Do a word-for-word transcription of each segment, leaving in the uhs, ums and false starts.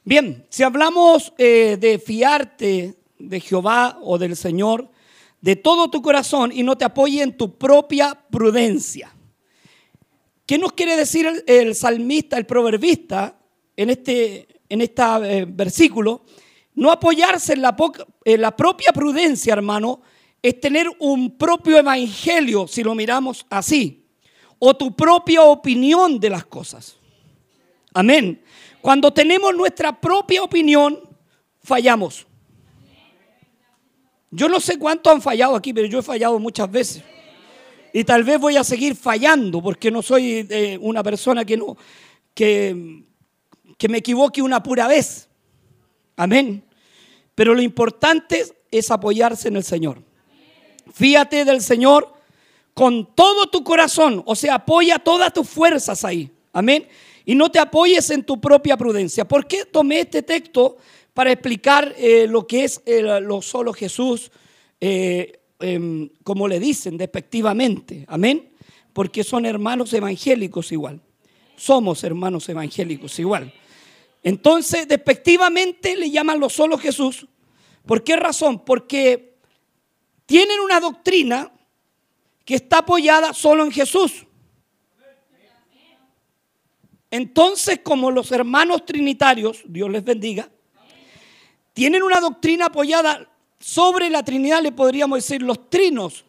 Bien, si hablamos eh, de fiarte de Jehová o del Señor de todo tu corazón y no te apoye en tu propia prudencia. ¿Qué nos quiere decir el, el salmista, el proverbista en este, en este eh, versículo? No apoyarse en la, poca, en la propia prudencia, hermano, es tener un propio evangelio, si lo miramos así, o tu propia opinión de las cosas. Amén. Cuando tenemos nuestra propia opinión, fallamos. Yo no sé cuántos han fallado aquí, pero yo he fallado muchas veces. Y tal vez voy a seguir fallando, porque no soy eh, una persona que, no, que, que me equivoque una pura vez. Amén. Pero lo importante es, es apoyarse en el Señor. Fíate del Señor con todo tu corazón, o sea, apoya todas tus fuerzas ahí. Amén. Y no te apoyes en tu propia prudencia. ¿Por qué tomé este texto para explicar eh, lo que es eh, lo solo Jesús, eh, eh, como le dicen despectivamente? Amén. Porque son hermanos evangélicos igual. Somos hermanos evangélicos igual. Entonces, despectivamente le llaman lo solo Jesús. ¿Por qué razón? Porque tienen una doctrina que está apoyada solo en Jesús. Entonces, como los hermanos trinitarios, Dios les bendiga, tienen una doctrina apoyada sobre la Trinidad, le podríamos decir los trinos.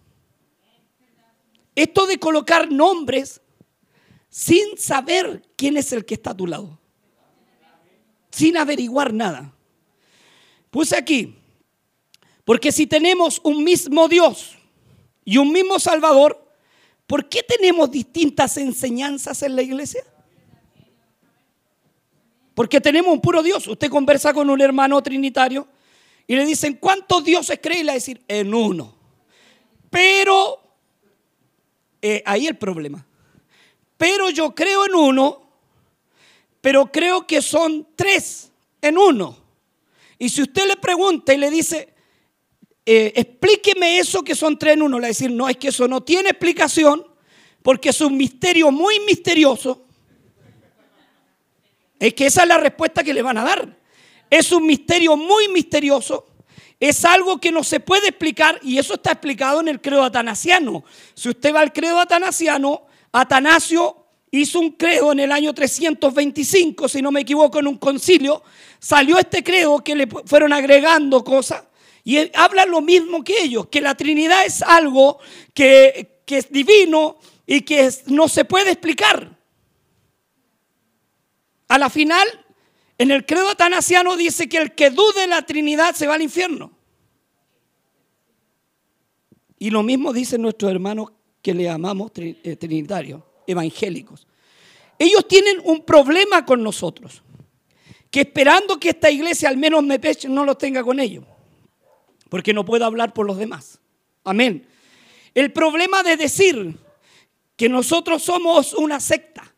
Esto de colocar nombres sin saber quién es el que está a tu lado, sin averiguar nada. Puse aquí, porque si tenemos un mismo Dios y un mismo Salvador, ¿por qué tenemos distintas enseñanzas en la iglesia? Porque tenemos un puro Dios. Usted conversa con un hermano trinitario y le dicen, ¿cuántos dioses cree? Y le va a decir, en uno. Pero, eh, ahí el problema. Pero yo creo en uno, pero creo que son tres en uno. Y si usted le pregunta y le dice, eh, explíqueme eso que son tres en uno, le va a decir, no, es que eso no tiene explicación, porque es un misterio muy misterioso. Es que esa es la respuesta que le van a dar. Es un misterio muy misterioso. Es algo que no se puede explicar y eso está explicado en el credo atanasiano. Si usted va al credo atanasiano, Atanasio hizo un credo en el año trescientos veinticinco, si no me equivoco, en un concilio. Salió este credo que le fueron agregando cosas y él habla lo mismo que ellos, que la Trinidad es algo que, que es divino y que es, no se puede explicar. A la final, en el credo atanasiano dice que el que dude de la Trinidad se va al infierno. Y lo mismo dicen nuestros hermanos que le llamamos trinitarios, evangélicos. Ellos tienen un problema con nosotros, que esperando que esta iglesia al menos me peche, no lo tenga con ellos, porque no puedo hablar por los demás. Amén. El problema de decir que nosotros somos una secta,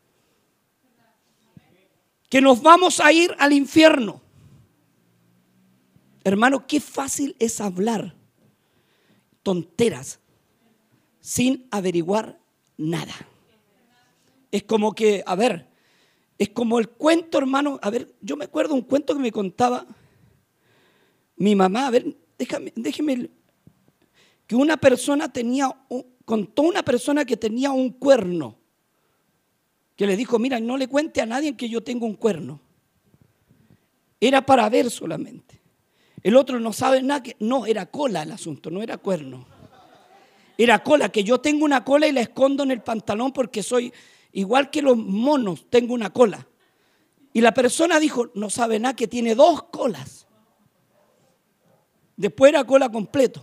que nos vamos a ir al infierno. Hermano, qué fácil es hablar tonteras sin averiguar nada. Es como que, a ver, es como el cuento, hermano. A ver, yo me acuerdo un cuento que me contaba mi mamá. A ver, déjame, déjeme, que una persona tenía, contó una persona que tenía un cuerno. Que le dijo, mira, no le cuente a nadie que yo tengo un cuerno. Era para ver solamente. El otro no sabe nada. Que, no, era cola el asunto, no era cuerno. Era cola, que yo tengo una cola y la escondo en el pantalón porque soy igual que los monos, tengo una cola. Y la persona dijo, no sabe nada, que tiene dos colas. Después era cola completo.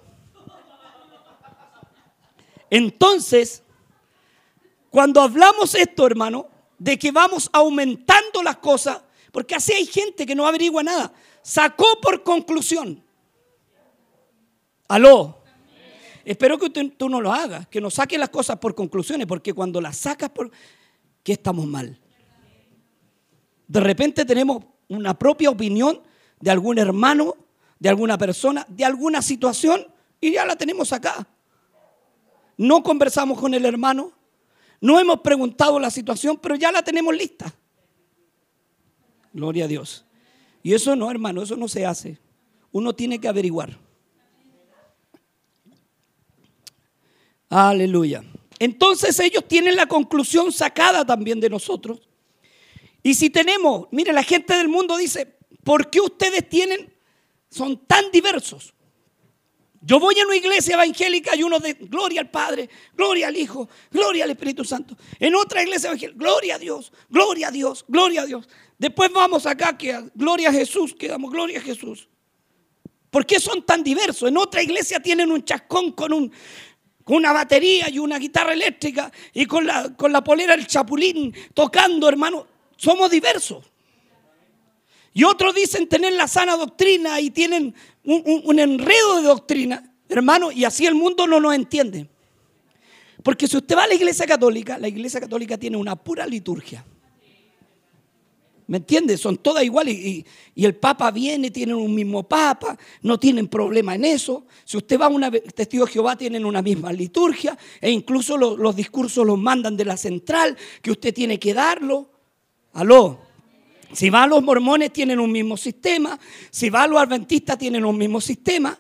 Entonces, cuando hablamos esto, hermano, de que vamos aumentando las cosas, porque así hay gente que no averigua nada, sacó por conclusión. Aló. Espero que tú, tú no lo hagas, que no saques las cosas por conclusiones, porque cuando las sacas por, ¿qué estamos mal? De repente tenemos una propia opinión de algún hermano, de alguna persona, de alguna situación, y ya la tenemos acá. No conversamos con el hermano, no hemos preguntado la situación, pero ya la tenemos lista. Gloria a Dios. Y eso no, hermano, eso no se hace. Uno tiene que averiguar. Aleluya. Entonces ellos tienen la conclusión sacada también de nosotros. Y si tenemos, mire, la gente del mundo dice, ¿por qué ustedes tienen, son tan diversos? Yo voy a una iglesia evangélica y uno de gloria al Padre, gloria al Hijo, gloria al Espíritu Santo. En otra iglesia evangélica, gloria a Dios, gloria a Dios, gloria a Dios. Después vamos acá, que gloria a Jesús, que damos gloria a Jesús. ¿Por qué son tan diversos? En otra iglesia tienen un chascón con, un, con una batería y una guitarra eléctrica y con la, con la polera del Chapulín tocando, hermano. Somos diversos. Y otros dicen tener la sana doctrina y tienen un, un, un enredo de doctrina, hermano, y así el mundo no nos entiende. Porque si usted va a la iglesia católica, la iglesia católica tiene una pura liturgia. ¿Me entiende? Son todas iguales y, y el Papa viene, tienen un mismo Papa, no tienen problema en eso. Si usted va a un testigo de Jehová, tienen una misma liturgia e incluso los, los discursos los mandan de la central, que usted tiene que darlo. Aló. Si va a los mormones, tienen un mismo sistema. Si va a los adventistas, tienen un mismo sistema.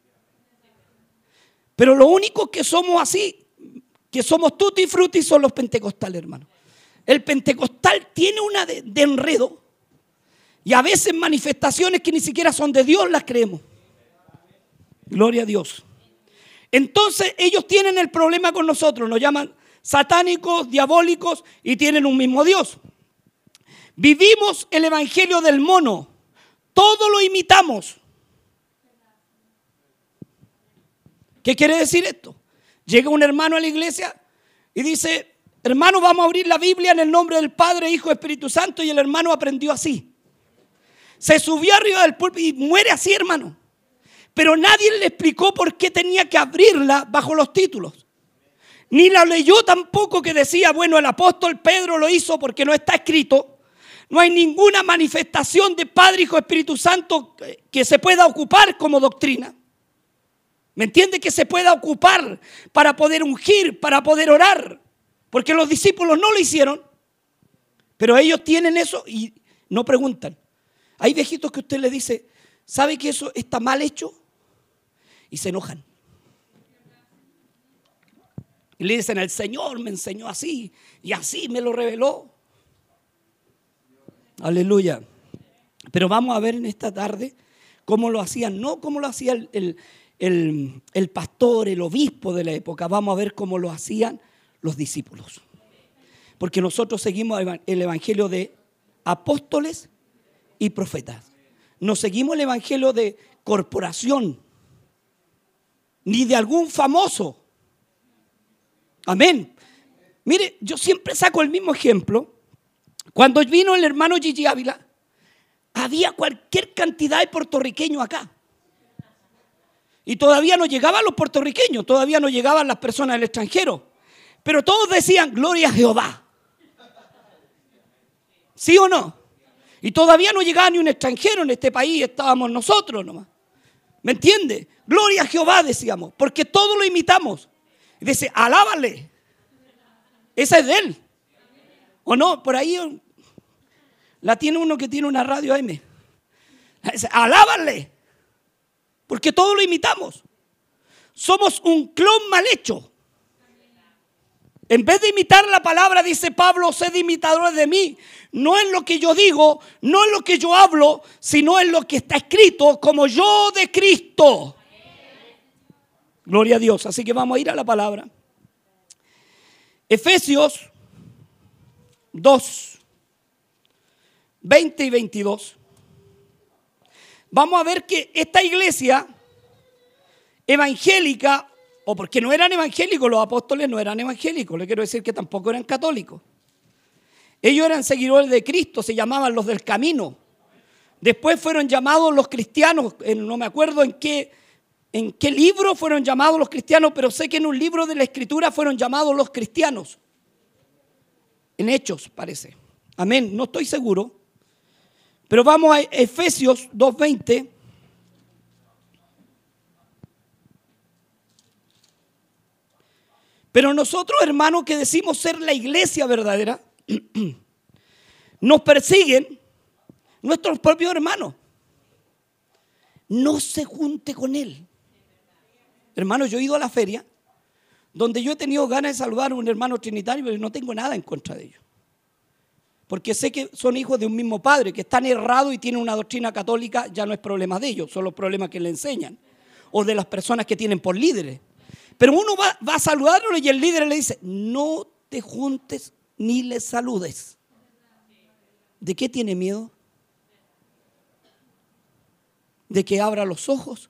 Pero lo único que somos así, que somos tutti frutti, son los pentecostales, hermano. El pentecostal tiene una de, de enredo y a veces manifestaciones que ni siquiera son de Dios las creemos. Gloria a Dios. Entonces ellos tienen el problema con nosotros, nos llaman satánicos, diabólicos y tienen un mismo Dios. Vivimos el evangelio del mono, todo lo imitamos. ¿Qué quiere decir esto? Llega un hermano a la iglesia y dice, hermano, vamos a abrir la Biblia en el nombre del Padre, Hijo y Espíritu Santo, y el hermano aprendió así. Se subió arriba del púlpito y muere así, hermano. Pero nadie le explicó por qué tenía que abrirla bajo los títulos. Ni la leyó tampoco, que decía, bueno, el apóstol Pedro lo hizo porque no está escrito. No hay ninguna manifestación de Padre, Hijo, Espíritu Santo que se pueda ocupar como doctrina. ¿Me entiende? Que se pueda ocupar para poder ungir, para poder orar. Porque los discípulos no lo hicieron. Pero ellos tienen eso y no preguntan. Hay viejitos que usted le dice, ¿sabe que eso está mal hecho? Y se enojan. Y le dicen, el Señor me enseñó así y así me lo reveló. Aleluya. Pero vamos a ver en esta tarde cómo lo hacían, no cómo lo hacía el, el, el, el pastor, el obispo de la época. Vamos a ver cómo lo hacían los discípulos. Porque nosotros seguimos el evangelio de apóstoles y profetas. No seguimos el evangelio de corporación, ni de algún famoso. Amén. Mire, yo siempre saco el mismo ejemplo. Cuando vino el hermano Gigi Ávila, había cualquier cantidad de puertorriqueños acá. Y todavía no llegaban los puertorriqueños, todavía no llegaban las personas del extranjero. Pero todos decían, gloria a Jehová. ¿Sí o no? Y todavía no llegaba ni un extranjero en este país, estábamos nosotros nomás. ¿Me entiende? Gloria a Jehová decíamos, porque todos lo imitamos. Y dice, alábale. Esa es de él. ¿O no? Por ahí la tiene uno que tiene una radio A M. Alábale. Porque todos lo imitamos. Somos un clon mal hecho. En vez de imitar la palabra, dice Pablo, sed imitadores de mí. No en lo que yo digo, no en lo que yo hablo, sino en lo que está escrito, como yo de Cristo. Gloria a Dios. Así que vamos a ir a la palabra. Efesios dos, veinte y veintidós. Vamos a ver que esta iglesia evangélica, o porque no eran evangélicos, los apóstoles no eran evangélicos, le quiero decir que tampoco eran católicos. Ellos eran seguidores de Cristo, se llamaban los del camino. Después fueron llamados los cristianos, no me acuerdo en qué, en qué libro fueron llamados los cristianos, pero sé que en un libro de la Escritura fueron llamados los cristianos. En Hechos, parece. Amén, no estoy seguro. Pero vamos a Efesios dos veinte. Pero nosotros, hermanos, que decimos ser la iglesia verdadera, nos persiguen, nuestros propios hermanos. No se junte con él. Hermano, yo he ido a la feria donde yo he tenido ganas de saludar a un hermano trinitario, pero no tengo nada en contra de ellos. Porque sé que son hijos de un mismo padre, que están errados y tienen una doctrina católica, ya no es problema de ellos, son los problemas que le enseñan. O de las personas que tienen por líderes. Pero uno va, va a saludarlo y el líder le dice, no te juntes ni le saludes. ¿De qué tiene miedo? De que abra los ojos.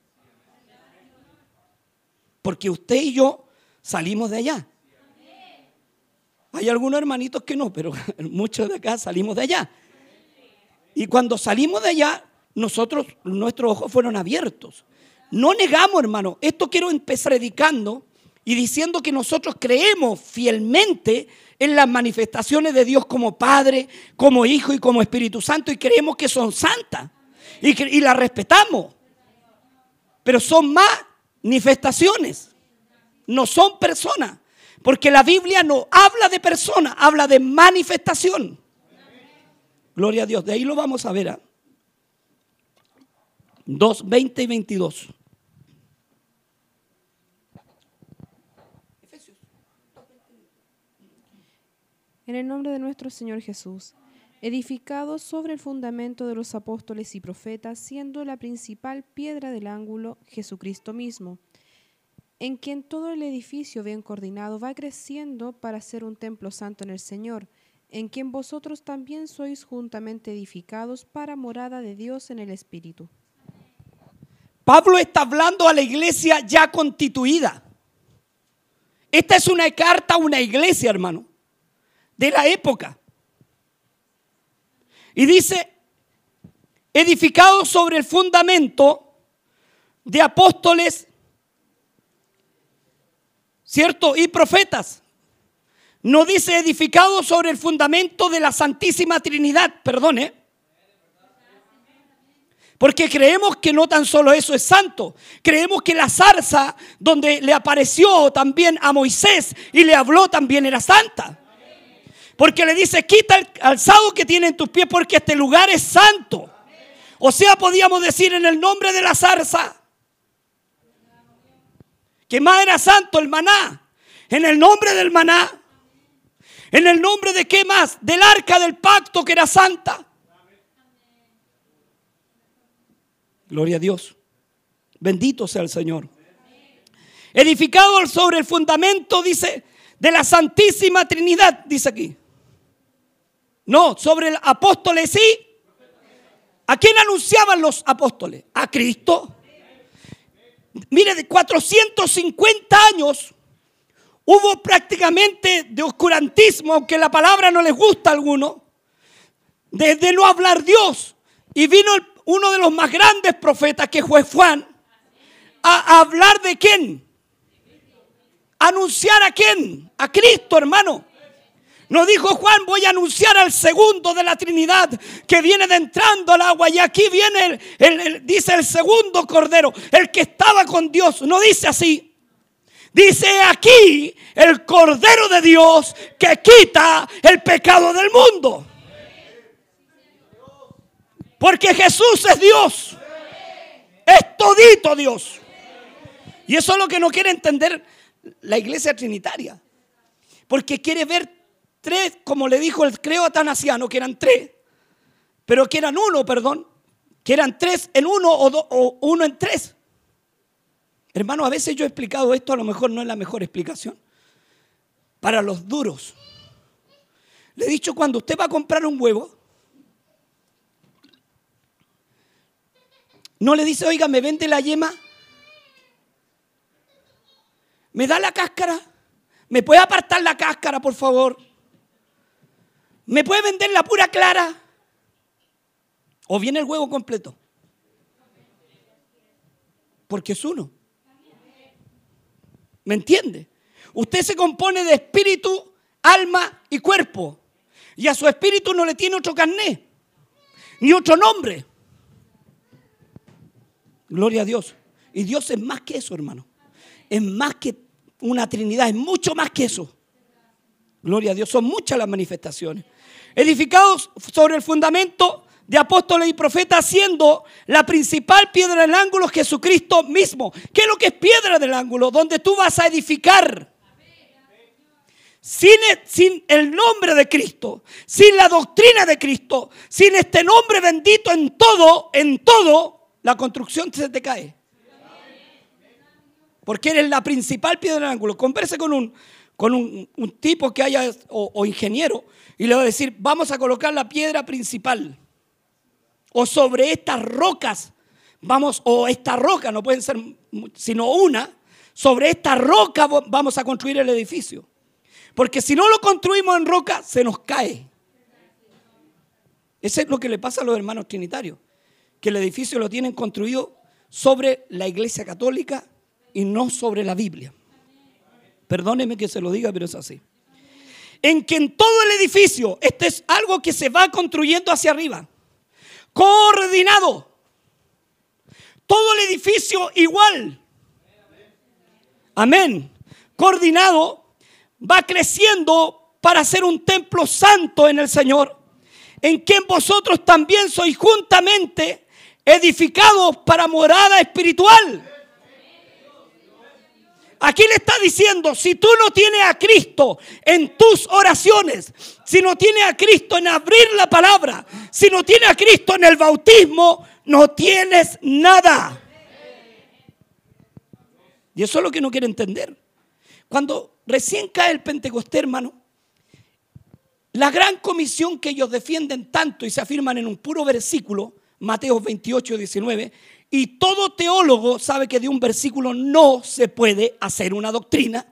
Porque usted y yo salimos de allá. Hay algunos hermanitos que no, pero muchos de acá salimos de allá. Y cuando salimos de allá, nosotros, nuestros ojos fueron abiertos. No negamos, hermano. Esto quiero empezar predicando y diciendo que nosotros creemos fielmente en las manifestaciones de Dios como Padre, como Hijo y como Espíritu Santo, y creemos que son santas y, que, y las respetamos. Pero son manifestaciones, no son personas. Porque la Biblia no habla de persona, habla de manifestación. Gloria a Dios. De ahí lo vamos a ver. ¿eh? dos, veinte y veintidós. En el nombre de nuestro Señor Jesús, edificados sobre el fundamento de los apóstoles y profetas, siendo la principal piedra del ángulo Jesucristo mismo, en quien todo el edificio bien coordinado va creciendo para ser un templo santo en el Señor, en quien vosotros también sois juntamente edificados para morada de Dios en el Espíritu. Pablo está hablando a la iglesia ya constituida. Esta es una carta a una iglesia, hermano, de la época. Y dice, edificados sobre el fundamento de apóstoles, ¿cierto? Y profetas. No dice edificado sobre el fundamento de la Santísima Trinidad, perdone. Porque creemos que no tan solo eso es santo. Creemos que la zarza donde le apareció también a Moisés y le habló también era santa. Porque le dice, quita el calzado que tiene en tus pies porque este lugar es santo. O sea, podíamos decir en el nombre de la zarza. Que más era santo el maná. En el nombre del maná. En el nombre de qué más? Del arca del pacto que era santa. Gloria a Dios. Bendito sea el Señor. Edificado sobre el fundamento, dice, de la Santísima Trinidad, dice aquí. No, sobre el apóstoles sí. ¿A quién anunciaban los apóstoles? A Cristo. Mire, de cuatrocientos cincuenta años hubo prácticamente de oscurantismo, aunque la palabra no les gusta a algunos, de, de no hablar Dios. Y vino el, uno de los más grandes profetas, que fue Juan, a, a hablar de quién. ¿Anunciar a quién? A Cristo, hermano. No dijo Juan, voy a anunciar al segundo de la Trinidad que viene de entrando al agua. Y aquí viene, el, el, el, dice el segundo cordero, el que estaba con Dios. No dice así. Dice aquí el cordero de Dios que quita el pecado del mundo. Porque Jesús es Dios. Es todito Dios. Y eso es lo que no quiere entender la iglesia trinitaria. Porque quiere ver tres, como le dijo el creo atanasiano, que eran tres, pero que eran uno, perdón, que eran tres en uno o, do, o uno en tres. Hermano, a veces yo he explicado esto, a lo mejor no es la mejor explicación. Para los duros. Le he dicho, cuando usted va a comprar un huevo, no le dice, oiga, ¿me vende la yema? ¿Me da la cáscara? ¿Me puede apartar la cáscara, por favor? ¿Me puede vender la pura clara? ¿O viene el huevo completo? Porque es uno. ¿Me entiende? Usted se compone de espíritu, alma y cuerpo. Y a su espíritu no le tiene otro carné, ni otro nombre. Gloria a Dios. Y Dios es más que eso, hermano. Es más que una Trinidad, es mucho más que eso. Gloria a Dios, son muchas las manifestaciones. Edificados sobre el fundamento de apóstoles y profetas, siendo la principal piedra del ángulo Jesucristo mismo. ¿Qué es lo que es piedra del ángulo? Donde tú vas a edificar. Sin, sin el nombre de Cristo, sin la doctrina de Cristo, sin este nombre bendito en todo, en todo, la construcción se te cae. Porque eres la principal piedra del ángulo. Converse con un, con un, un tipo que haya, o, o ingeniero, y le va a decir, vamos a colocar la piedra principal. O sobre estas rocas, vamos, o esta roca, no pueden ser sino una, sobre esta roca vamos a construir el edificio. Porque si no lo construimos en roca, se nos cae. Eso es lo que le pasa a los hermanos trinitarios, que el edificio lo tienen construido sobre la Iglesia Católica y no sobre la Biblia. Perdóneme que se lo diga, pero es así. En que en todo el edificio, este es algo que se va construyendo hacia arriba, coordinado. Todo el edificio igual. Amén. Coordinado. Va creciendo para ser un templo santo en el Señor, en quien vosotros también sois juntamente edificados para morada espiritual. Aquí le está diciendo, si tú no tienes a Cristo en tus oraciones, si no tienes a Cristo en abrir la palabra, si no tienes a Cristo en el bautismo, no tienes nada. Y eso es lo que no quiere entender. Cuando recién cae el Pentecostés, hermano, la gran comisión que ellos defienden tanto y se afirman en un puro versículo, Mateo veintiocho, diecinueve, y todo teólogo sabe que de un versículo no se puede hacer una doctrina.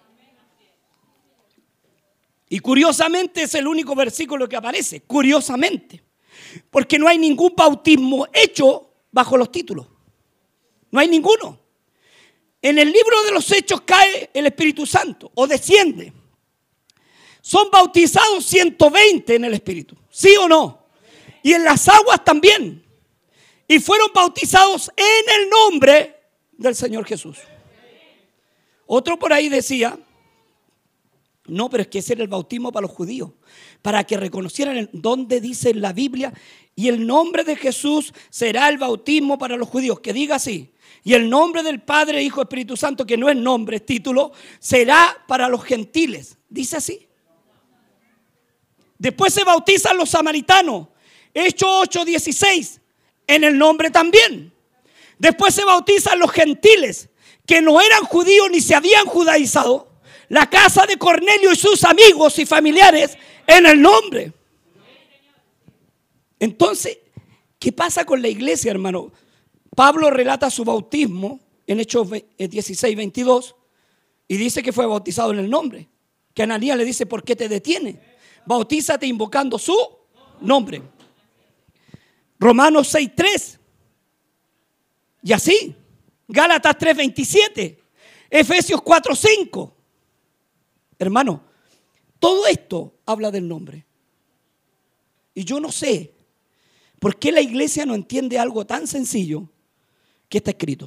Y curiosamente es el único versículo que aparece, curiosamente, porque no hay ningún bautismo hecho bajo los títulos. No hay ninguno. En el libro de los Hechos cae el Espíritu Santo o desciende. Son bautizados ciento veinte en el Espíritu, ¿sí o no? Y en las aguas también. Y fueron bautizados en el nombre del Señor Jesús. Otro por ahí decía, no, pero es que ese era el bautismo para los judíos, para que reconocieran el, donde dice en la Biblia, y el nombre de Jesús será el bautismo para los judíos, que diga así. Y el nombre del Padre, Hijo, Espíritu Santo, que no es nombre, es título, será para los gentiles. Dice así. Después se bautizan los samaritanos. Hechos ocho, dieciséis. En el nombre también. Después se bautizan los gentiles, que no eran judíos ni se habían judaizado. La casa de Cornelio y sus amigos y familiares en el nombre. Entonces, ¿qué pasa con la iglesia, hermano? Pablo relata su bautismo en Hechos dieciséis, veintidós y dice que fue bautizado en el nombre. Que Ananías le dice, ¿por qué te detiene? Bautízate invocando su nombre. Romanos seis, tres. Y así. Gálatas tres, veintisiete. Efesios cuatro, cinco. Hermano, todo esto habla del nombre. Y yo no sé por qué la iglesia no entiende algo tan sencillo que está escrito.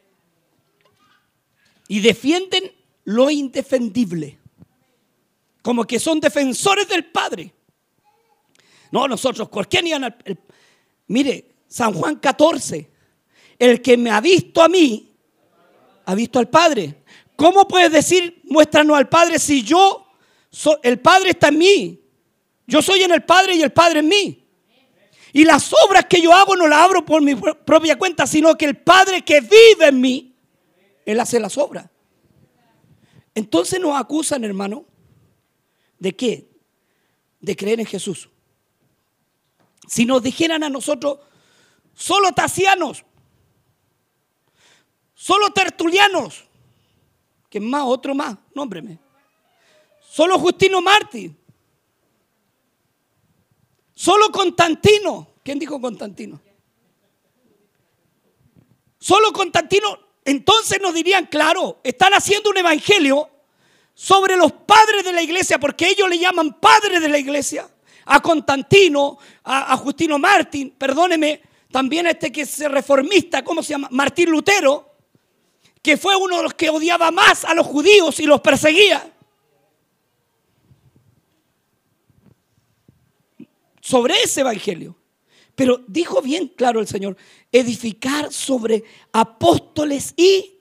Y defienden lo indefendible. Como que son defensores del Padre. No, nosotros, ¿por qué ni al, el, mire, San Juan catorce. El que me ha visto a mí, ha visto al Padre. ¿Cómo puedes decir, muéstranos al Padre si yo, so, el Padre está en mí? Yo soy en el Padre y el Padre en mí. Y las obras que yo hago no las hago por mi propia cuenta, sino que el Padre que vive en mí, Él hace las obras. Entonces nos acusan, hermano, ¿de qué? De creer en Jesús. Si nos dijeran a nosotros, solo Tasianos, solo Tertulianos, que más, otro más, nómbreme. Solo Justino Mártir. Solo Constantino. ¿Quién dijo Constantino? Solo Constantino. Entonces nos dirían, claro, están haciendo un evangelio sobre los padres de la iglesia, porque ellos le llaman padres de la iglesia. A Constantino, a, a Justino Mártir, perdóneme, también a este que es reformista, ¿cómo se llama? Martín Lutero, que fue uno de los que odiaba más a los judíos y los perseguía. Sobre ese evangelio. Pero dijo bien claro el Señor, edificar sobre apóstoles y...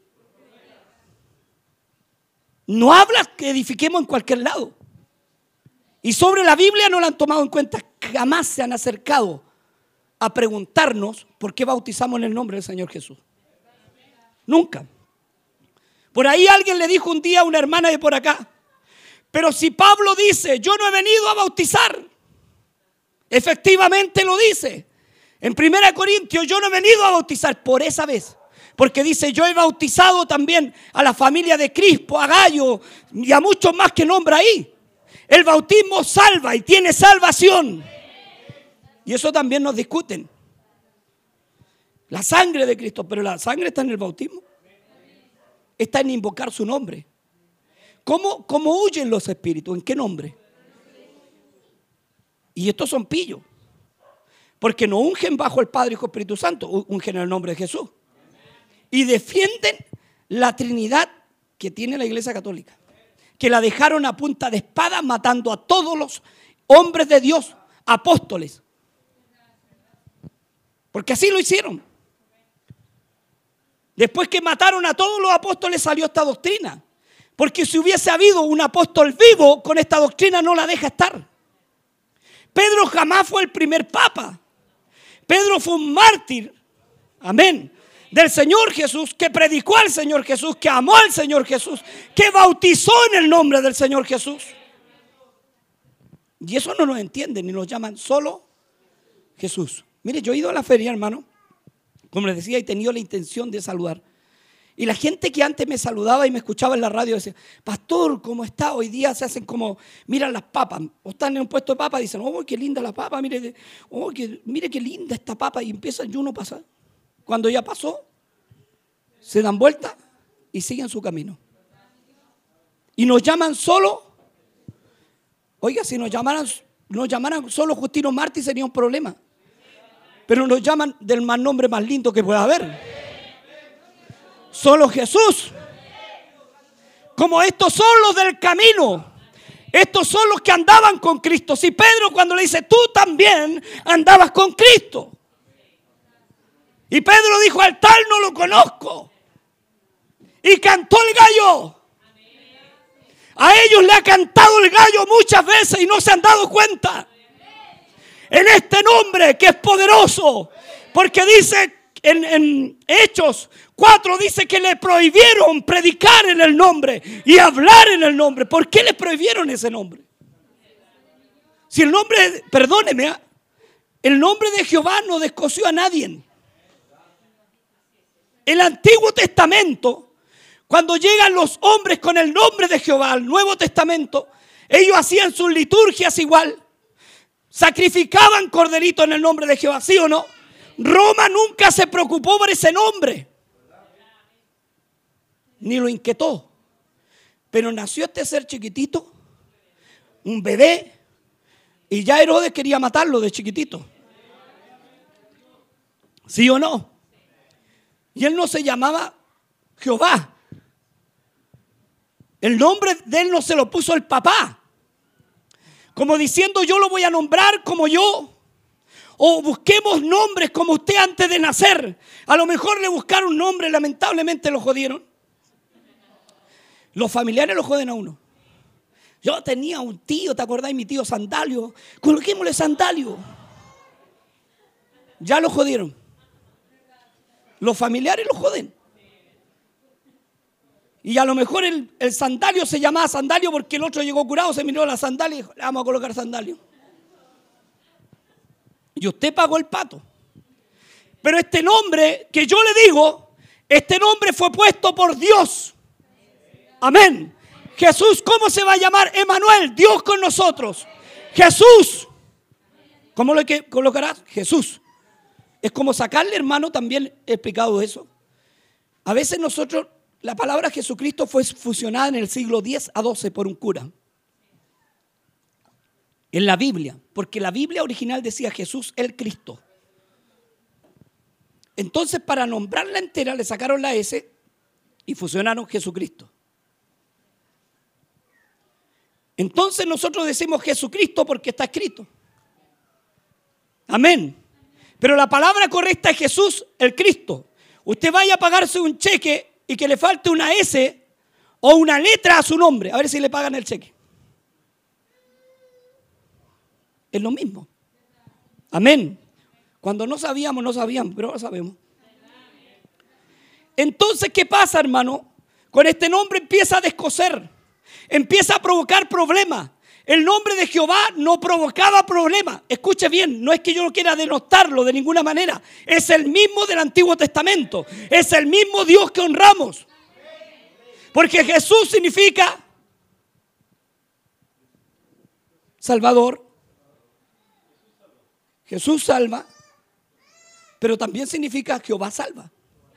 No habla que edifiquemos en cualquier lado. Y sobre la Biblia no la han tomado en cuenta. Jamás se han acercado a preguntarnos por qué bautizamos en el nombre del Señor Jesús. Nunca. Por ahí alguien le dijo un día a una hermana de por acá, pero si Pablo dice, yo no he venido a bautizar, efectivamente lo dice. En primera Corintios, yo no he venido a bautizar por esa vez. Porque dice, yo he bautizado también a la familia de Crispo, a Gallo y a muchos más que nombra ahí. El bautismo salva y tiene salvación. Y eso también nos discuten. La sangre de Cristo, pero la sangre está en el bautismo. Está en invocar su nombre. ¿Cómo, cómo huyen los espíritus? ¿En qué nombre? Y estos son pillos. Porque no ungen bajo el Padre, Hijo y Espíritu Santo, ungen en el nombre de Jesús. Y defienden la Trinidad que tiene la Iglesia Católica, que la dejaron a punta de espada matando a todos los hombres de Dios, apóstoles. Porque así lo hicieron. Después que mataron a todos los apóstoles salió esta doctrina. Porque si hubiese habido un apóstol vivo, con esta doctrina no la deja estar. Pedro jamás fue el primer papa. Pedro fue un mártir. Amén. Del Señor Jesús, que predicó al Señor Jesús, que amó al Señor Jesús, que bautizó en el nombre del Señor Jesús. Y eso no nos entienden, ni nos llaman solo Jesús. Mire, yo he ido a la feria, hermano, como les decía, y he tenido la intención de saludar. Y la gente que antes me saludaba y me escuchaba en la radio decía, pastor, ¿cómo está? Hoy día se hacen como, miran las papas, o están en un puesto de papa y dicen, oh, qué linda la papa, mire, oh, que, mire qué linda esta papa, y empieza el uno a pasar. Cuando ya pasó, se dan vuelta y siguen su camino. Y nos llaman solo, oiga, si nos llamaran, nos llamaran solo Justino Martí sería un problema. Pero nos llaman del más nombre más lindo que pueda haber. Solo Jesús. Como estos son los del camino. Estos son los que andaban con Cristo. Si Pedro cuando le dice, tú también andabas con Cristo. Y Pedro dijo, al tal no lo conozco. Y cantó el gallo. A ellos le ha cantado el gallo muchas veces y no se han dado cuenta. En este nombre que es poderoso. Porque dice en, en Hechos cuatro, dice que le prohibieron predicar en el nombre y hablar en el nombre. ¿Por qué le prohibieron ese nombre? Si el nombre, perdóneme, el nombre de Jehová no descoció a nadie. El Antiguo Testamento, cuando llegan los hombres con el nombre de Jehová al Nuevo Testamento, ellos hacían sus liturgias igual. Sacrificaban corderito en el nombre de Jehová, ¿sí o no? Roma nunca se preocupó por ese nombre. Ni lo inquietó. Pero nació este ser chiquitito, un bebé, y ya Herodes quería matarlo de chiquitito. ¿Sí o no? Y él no se llamaba Jehová. El nombre de él no se lo puso el papá. Como diciendo, yo lo voy a nombrar como yo. O busquemos nombres como usted antes de nacer. A lo mejor le buscaron un nombre, lamentablemente lo jodieron. Los familiares lo joden a uno. Yo tenía un tío, ¿te acordás? Mi tío Sandalio. Coloquémosle Sandalio. Ya lo jodieron. Los familiares lo joden. Y a lo mejor el, el Sandalio se llamaba Sandalio porque el otro llegó curado, se miró la sandalia y dijo, le vamos a colocar Sandalio. Y usted pagó el pato. Pero este nombre que yo le digo, este nombre fue puesto por Dios. Amén. Jesús, ¿cómo se va a llamar? Emanuel, Dios con nosotros. Jesús. ¿Cómo lo que colocarás? Jesús. Es como sacarle, hermano, también he explicado eso. A veces nosotros, la palabra Jesucristo fue fusionada en el siglo diez a doce por un cura. En la Biblia, porque la Biblia original decía Jesús el Cristo. Entonces, para nombrarla entera, le sacaron la S y fusionaron Jesucristo. Entonces nosotros decimos Jesucristo porque está escrito. Amén. Pero la palabra correcta es Jesús, el Cristo. Usted vaya a pagarse un cheque y que le falte una S o una letra a su nombre. A ver si le pagan el cheque. Es lo mismo. Amén. Cuando no sabíamos, no sabíamos, pero ahora sabemos. Entonces, ¿qué pasa, hermano? Con este nombre empieza a descoser, empieza a provocar problemas. El nombre de Jehová no provocaba problemas. Escuche bien, no es que yo no quiera denostarlo de ninguna manera. Es el mismo del Antiguo Testamento. Es el mismo Dios que honramos. Porque Jesús significa Salvador. Jesús salva, pero también significa Jehová salva.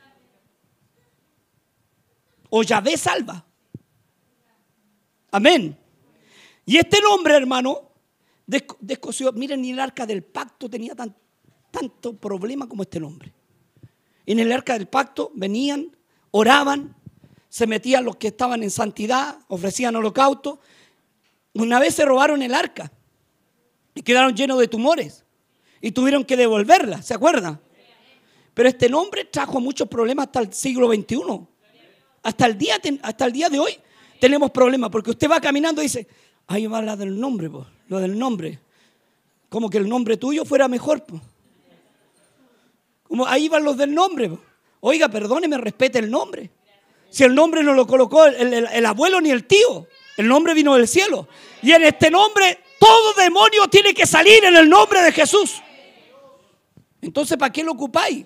O Yahvé salva. Amén. Y este nombre, hermano, descosió. Miren, ni el arca del pacto tenía tan, tanto problema como este nombre. En el arca del pacto venían, oraban, se metían los que estaban en santidad, ofrecían holocausto. Una vez se robaron el arca y quedaron llenos de tumores y tuvieron que devolverla, ¿se acuerdan? Pero este nombre trajo muchos problemas hasta el siglo veintiuno. Hasta el día, hasta el día de hoy tenemos problemas porque usted va caminando y dice, ahí va la del nombre, po, lo del nombre. Como que el nombre tuyo fuera mejor, po. Como ahí van los del nombre, po. Oiga, perdóneme, respete el nombre. Si el nombre no lo colocó el, el, el abuelo ni el tío, el nombre vino del cielo. Y en este nombre todo demonio tiene que salir en el nombre de Jesús. Entonces, ¿para qué lo ocupáis?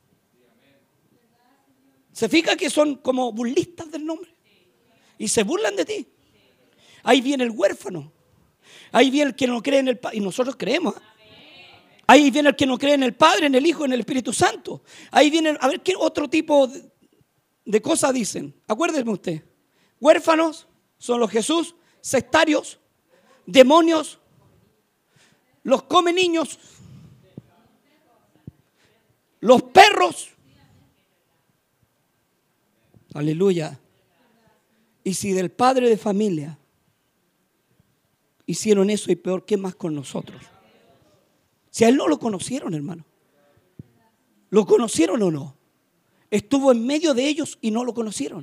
¿Se fija que son como burlistas del nombre? Y se burlan de ti. Ahí viene el huérfano. Ahí viene el que no cree en el Padre. Y nosotros creemos. Ahí viene el que no cree en el Padre, en el Hijo, en el Espíritu Santo. Ahí viene, a ver, ¿qué otro tipo de, de cosas dicen? Acuérdese usted. Huérfanos son los Jesús, sectarios, demonios, los come niños, los perros. Aleluya. Y si del padre de familia hicieron eso y peor, ¿qué más con nosotros? Si a él no lo conocieron, hermano. ¿Lo conocieron o no? Estuvo en medio de ellos y no lo conocieron.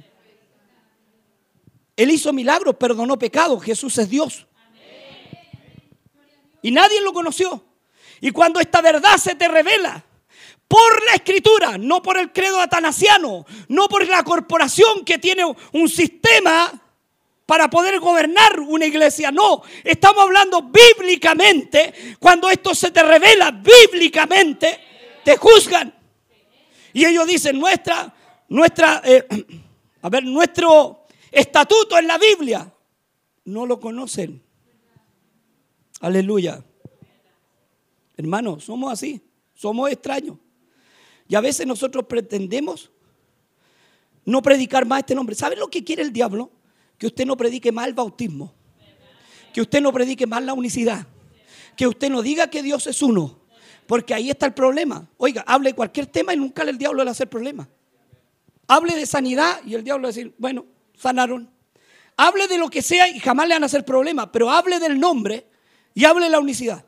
Él hizo milagros, perdonó pecados. Jesús es Dios. Y nadie lo conoció. Y cuando esta verdad se te revela por la Escritura, no por el credo atanasiano, no por la corporación que tiene un sistema para poder gobernar una iglesia, no, estamos hablando bíblicamente. Cuando esto se te revela bíblicamente, te juzgan. Y ellos dicen, nuestra, nuestra, eh, a ver, nuestro estatuto en la Biblia, no lo conocen. Aleluya. Hermanos, somos así, somos extraños. Y a veces nosotros pretendemos no predicar más este nombre. ¿Sabe lo que quiere el diablo? Que usted no predique más el bautismo. Que usted no predique más la unicidad. Que usted no diga que Dios es uno. Porque ahí está el problema. Oiga, hable de cualquier tema y nunca el diablo le hace problema. Hable de sanidad y el diablo le va a decir, bueno, sanaron. Hable de lo que sea y jamás le van a hacer problema. Pero hable del nombre y hable de la unicidad.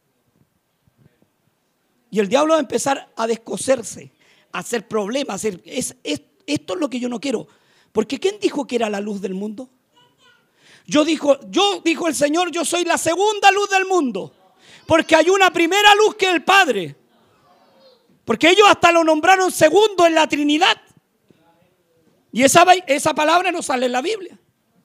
Y el diablo va a empezar a descoserse, a hacer problemas, a hacer, es, es, esto es lo que yo no quiero. Porque ¿quién dijo que era la luz del mundo? Yo dijo, yo dijo el Señor, yo soy la segunda luz del mundo. Porque hay una primera luz que es el Padre. Porque ellos hasta lo nombraron segundo en la Trinidad. Y esa, esa palabra no sale en la Biblia.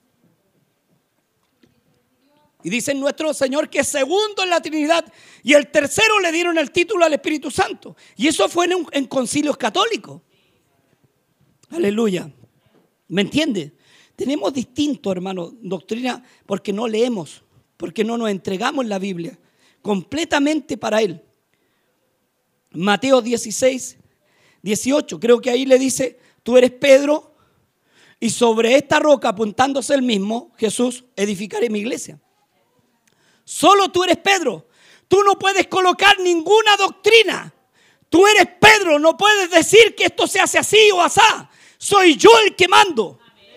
Y dice nuestro Señor que es segundo en la Trinidad y el tercero le dieron el título al Espíritu Santo. Y eso fue en, un, en concilios católicos. Aleluya. ¿Me entiende? Tenemos distinto, hermano, doctrina porque no leemos, porque no nos entregamos la Biblia completamente para Él. Mateo dieciséis, dieciocho, creo que ahí le dice, tú eres Pedro y sobre esta roca, apuntándose él mismo, Jesús, edificaré mi iglesia. Solo tú eres Pedro. Tú no puedes colocar ninguna doctrina. Tú eres Pedro. No puedes decir que esto se hace así o asá. Soy yo el que mando.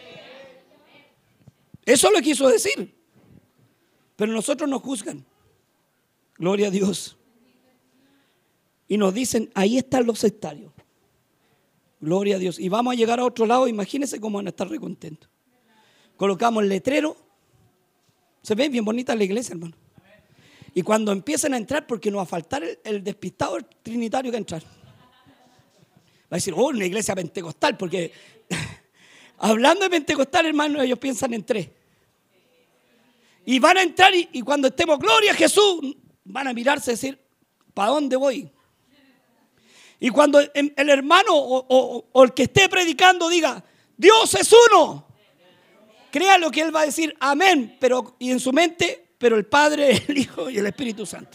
Eso lo quiso decir. Pero nosotros nos juzgan. Gloria a Dios. y nos dicen, ahí están los sectarios. Gloria a Dios. Y vamos a llegar a otro lado, imagínense cómo van a estar recontentos. Colocamos el letrero. Se ve bien bonita la iglesia, hermano. Y cuando empiecen a entrar, porque nos va a faltar el, el despistado el trinitario que entrar. Va a decir, oh, una iglesia pentecostal, porque hablando de pentecostal, hermano, ellos piensan en tres. Y van a entrar y, y cuando estemos, gloria a Jesús, van a mirarse y decir, ¿para dónde voy? Y cuando el hermano o, o, o el que esté predicando diga, Dios es uno, crea lo que él va a decir, amén, pero, y en su mente, pero el Padre, el Hijo y el Espíritu Santo.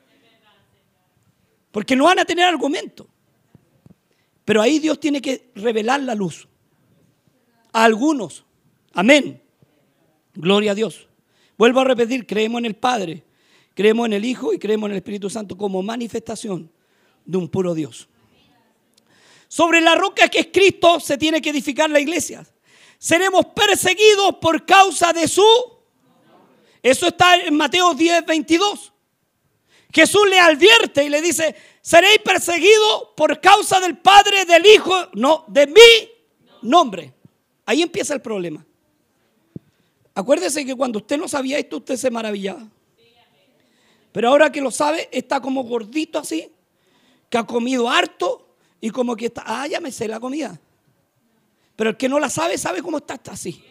Porque no van a tener argumento. Pero ahí Dios tiene que revelar la luz. A algunos, amén, gloria a Dios. Vuelvo a repetir, creemos en el Padre, creemos en el Hijo y creemos en el Espíritu Santo como manifestación de un puro Dios. Sobre la roca que es Cristo se tiene que edificar la iglesia. Seremos perseguidos por causa de su... Eso está en Mateo diez, veintidós. Jesús le advierte y le dice, seréis perseguidos por causa del Padre, del Hijo, no, de mi nombre. Ahí empieza el problema. Acuérdese que cuando usted no sabía esto, usted se maravillaba. Pero ahora que lo sabe, está como gordito así, que ha comido harto y como que está, ah, ya me sé la comida. Pero el que no la sabe, sabe cómo está, está así.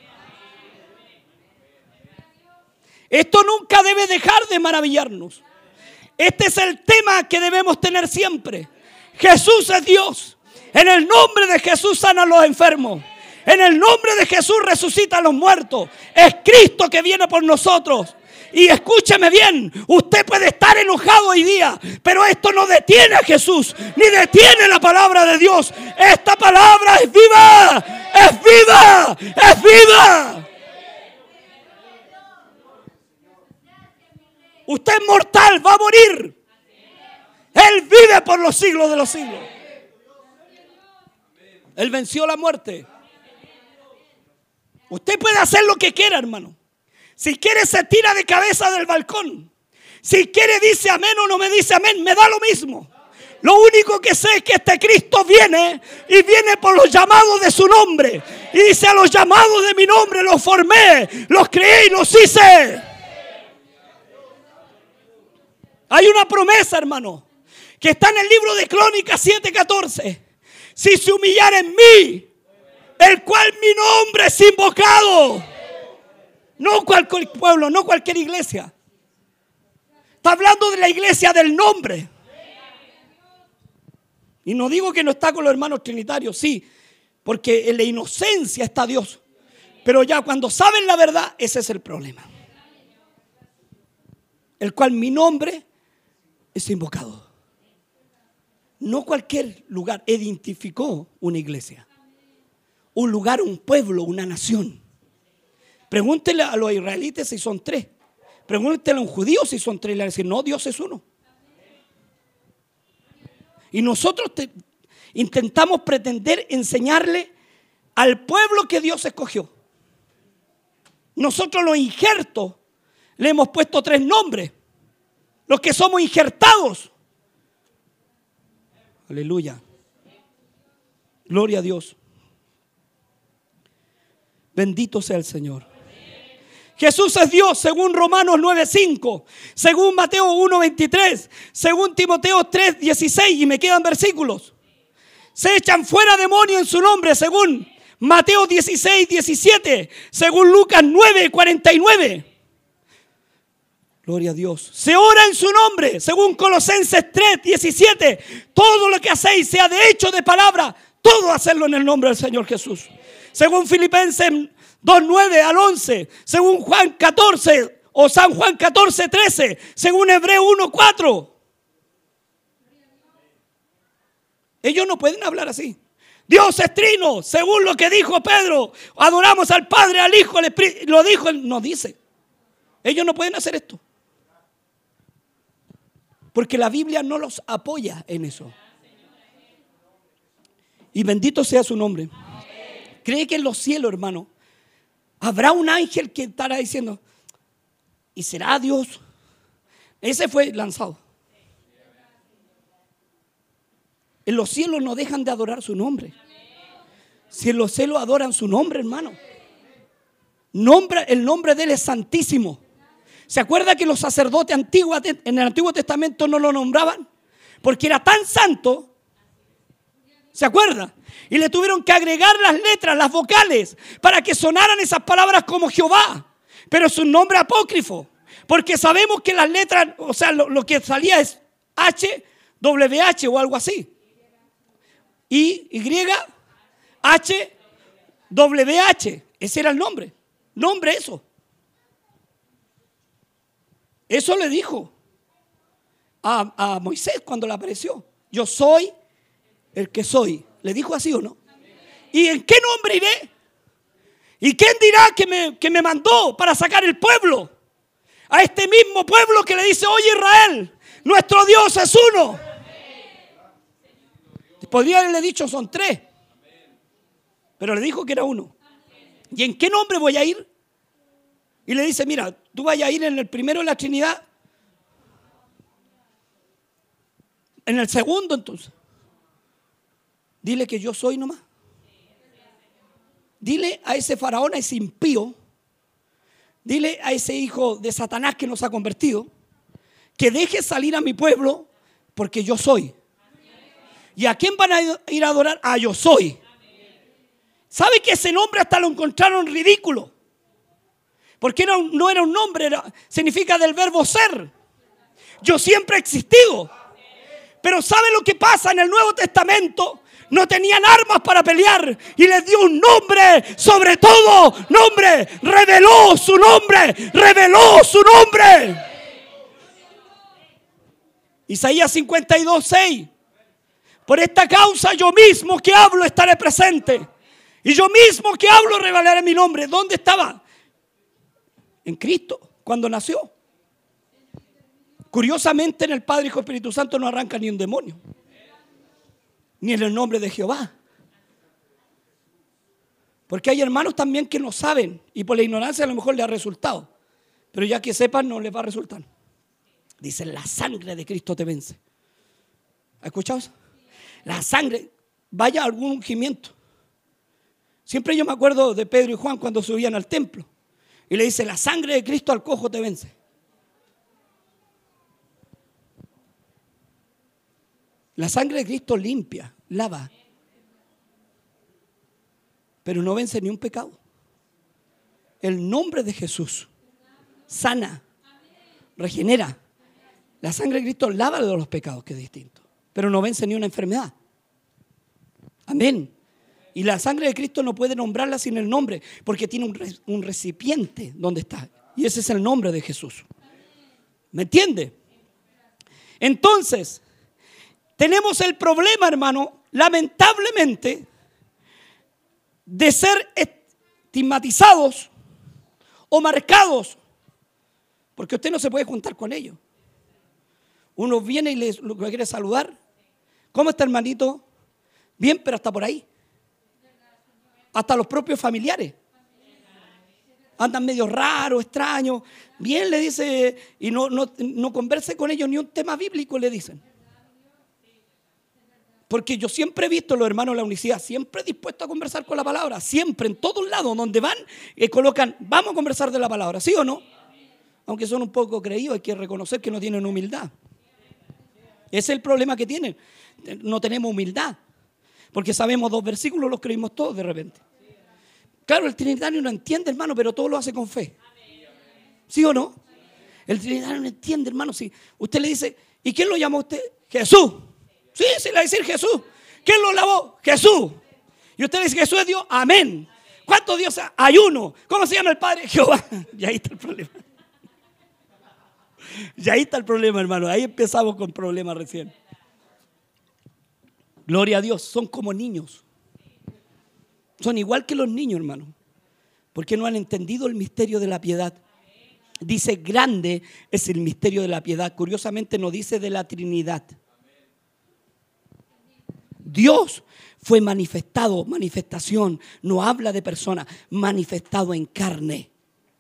Esto nunca debe dejar de maravillarnos. Este es el tema que debemos tener siempre. Jesús es Dios. En el nombre de Jesús sana a los enfermos. En el nombre de Jesús resucita a los muertos. Es Cristo que viene por nosotros. Y escúcheme bien, usted puede estar enojado hoy día, pero esto no detiene a Jesús, ni detiene la palabra de Dios. Esta palabra es viva, es viva, es viva. Usted es mortal, va a morir. Él vive por los siglos de los siglos. Él venció la muerte. Usted puede hacer lo que quiera, hermano. Si quiere se tira de cabeza del balcón. Si quiere dice amén o no me dice amén, me da lo mismo. Lo único que sé es que este Cristo viene y viene por los llamados de su nombre. Y dice, a los llamados de mi nombre los formé, los creé y los hice. Hay una promesa, hermano, que está en el libro de Crónicas siete catorce. Si se humillara en mí, el cual mi nombre es invocado. No cualquier pueblo, no cualquier iglesia. Está hablando de la iglesia del nombre. Y no digo que no está con los hermanos trinitarios, sí, porque en la inocencia está Dios. Pero ya cuando saben la verdad, ese es el problema. El cual mi nombre es invocado. No cualquier lugar identificó una iglesia. Un lugar, un pueblo, una nación. Pregúntele a los israelitas si son tres. Pregúntele a un judío si son tres. Y le van a decir, no, Dios es uno. Y nosotros te, intentamos pretender enseñarle al pueblo que Dios escogió. Nosotros los injertos le hemos puesto tres nombres. Los que somos injertados. Aleluya. Gloria a Dios. Bendito sea el Señor. Jesús es Dios según Romanos nueve cinco, según Mateo uno veintitrés, según Timoteo tres dieciséis, y me quedan versículos. Se echan fuera demonios en su nombre según Mateo dieciséis diecisiete, según Lucas nueve cuarenta y nueve. Gloria a Dios. Se ora en su nombre según Colosenses tres diecisiete. Todo lo que hacéis, sea de hecho de palabra, todo hacerlo en el nombre del Señor Jesús. Según Filipenses dos nueve al once, según Juan catorce o San Juan catorce trece, según Hebreo uno cuatro. Ellos no pueden hablar así. Dios es trino, según lo que dijo Pedro. Adoramos al Padre, al Hijo, al Espíritu. Lo dijo, él no dice. Ellos no pueden hacer esto. Porque la Biblia no los apoya en eso. Y bendito sea su nombre. ¿Cree que en los cielos, hermano, habrá un ángel que estará diciendo, ¿y será Dios? Ese fue lanzado. En los cielos no dejan de adorar su nombre. Si en los cielos adoran su nombre, hermano. Nombre, el nombre de Él es santísimo. ¿Se acuerda que los sacerdotes antiguos en el Antiguo Testamento no lo nombraban? Porque era tan santo. ¿Se acuerda? Y le tuvieron que agregar las letras, las vocales, para que sonaran esas palabras como Jehová. Pero es un nombre apócrifo. Porque sabemos que las letras, o sea, lo, lo que salía es H, W H o algo así. Y, Y, H, W H. Ese era el nombre. Nombre eso. Eso le dijo a, a Moisés cuando le apareció. Yo soy el que soy. ¿Le dijo así o no? ¿Y en qué nombre iré? ¿Y quién dirá que me, que me mandó para sacar el pueblo? A este mismo pueblo que le dice, oye Israel, nuestro Dios es uno. Podría haberle dicho son tres. Pero le dijo que era uno. ¿Y en qué nombre voy a ir? Y le dice, mira, tú vas a ir en el primero de la Trinidad. En el segundo entonces. Dile que yo soy nomás. Dile a ese faraón, a ese impío. Dile a ese hijo de Satanás que nos ha convertido. Que deje salir a mi pueblo porque yo soy. ¿Y a quién van a ir a adorar? A yo soy. ¿Sabe que ese nombre hasta lo encontraron ridículo? Porque no, no era un nombre, era, significa del verbo ser. Yo siempre he existido. Pero ¿sabe lo que pasa en el Nuevo Testamento? No tenían armas para pelear y les dio un nombre sobre todo nombre. Reveló su nombre, reveló su nombre. Isaías cincuenta y dos, seis. Por esta causa yo mismo que hablo estaré presente. Y yo mismo que hablo revelaré mi nombre. ¿Dónde estaba? En Cristo, cuando nació. Curiosamente en el Padre, Hijo y Espíritu Santo no arranca ni un demonio. Ni en el nombre de Jehová. Porque hay hermanos también que no saben. Y por la ignorancia a lo mejor les ha resultado. Pero ya que sepan no les va a resultar. Dicen la sangre de Cristo te vence. ¿Ha escuchado eso? La sangre. Vaya a algún ungimiento. Siempre yo me acuerdo de Pedro y Juan cuando subían al templo. Y le dice, la sangre de Cristo al cojo te vence. La sangre de Cristo limpia, lava. Pero no vence ni un pecado. El nombre de Jesús sana, regenera. La sangre de Cristo lava de los pecados, que es distinto. Pero no vence ni una enfermedad. Amén. Y la sangre de Cristo no puede nombrarla sin el nombre, porque tiene un, re, un recipiente donde está. Y ese es el nombre de Jesús. ¿Me entiende? Entonces, tenemos el problema, hermano, lamentablemente, de ser estigmatizados o marcados, porque usted no se puede juntar con ellos. Uno viene y le quiere saludar. ¿Cómo está, hermanito? Bien, pero hasta por ahí. Hasta los propios familiares andan medio raros, extraños. Bien, le dice, y no, no, no converse con ellos ni un tema bíblico, le dicen. Porque yo siempre he visto a los hermanos de la unicidad siempre dispuestos a conversar con la palabra. Siempre, en todos lados donde van, eh, colocan, vamos a conversar de la palabra, ¿sí o no? Aunque son un poco creídos, hay que reconocer que no tienen humildad. Ese es el problema que tienen. No tenemos humildad. Porque sabemos dos versículos, los creímos todos de repente. Claro, el trinitario no entiende, hermano, pero todo lo hace con fe. ¿Sí o no? El trinitario no entiende, hermano. Si usted le dice, ¿y quién lo llamó a usted? Jesús. Sí, sí, le va a decir Jesús. ¿Quién lo lavó? Jesús. Y usted le dice, Jesús es Dios. Amén. ¿Cuántos dioses hay? Uno. ¿Cómo se llama el Padre? Jehová. Y ahí está el problema. Y ahí está el problema, hermano. Ahí empezamos con problemas recién. Gloria a Dios, son como niños. Son igual que los niños, hermano. Porque no han entendido el misterio de la piedad. Dice, grande es el misterio de la piedad. Curiosamente no dice de la Trinidad. Dios fue manifestado, manifestación. No habla de persona, manifestado en carne.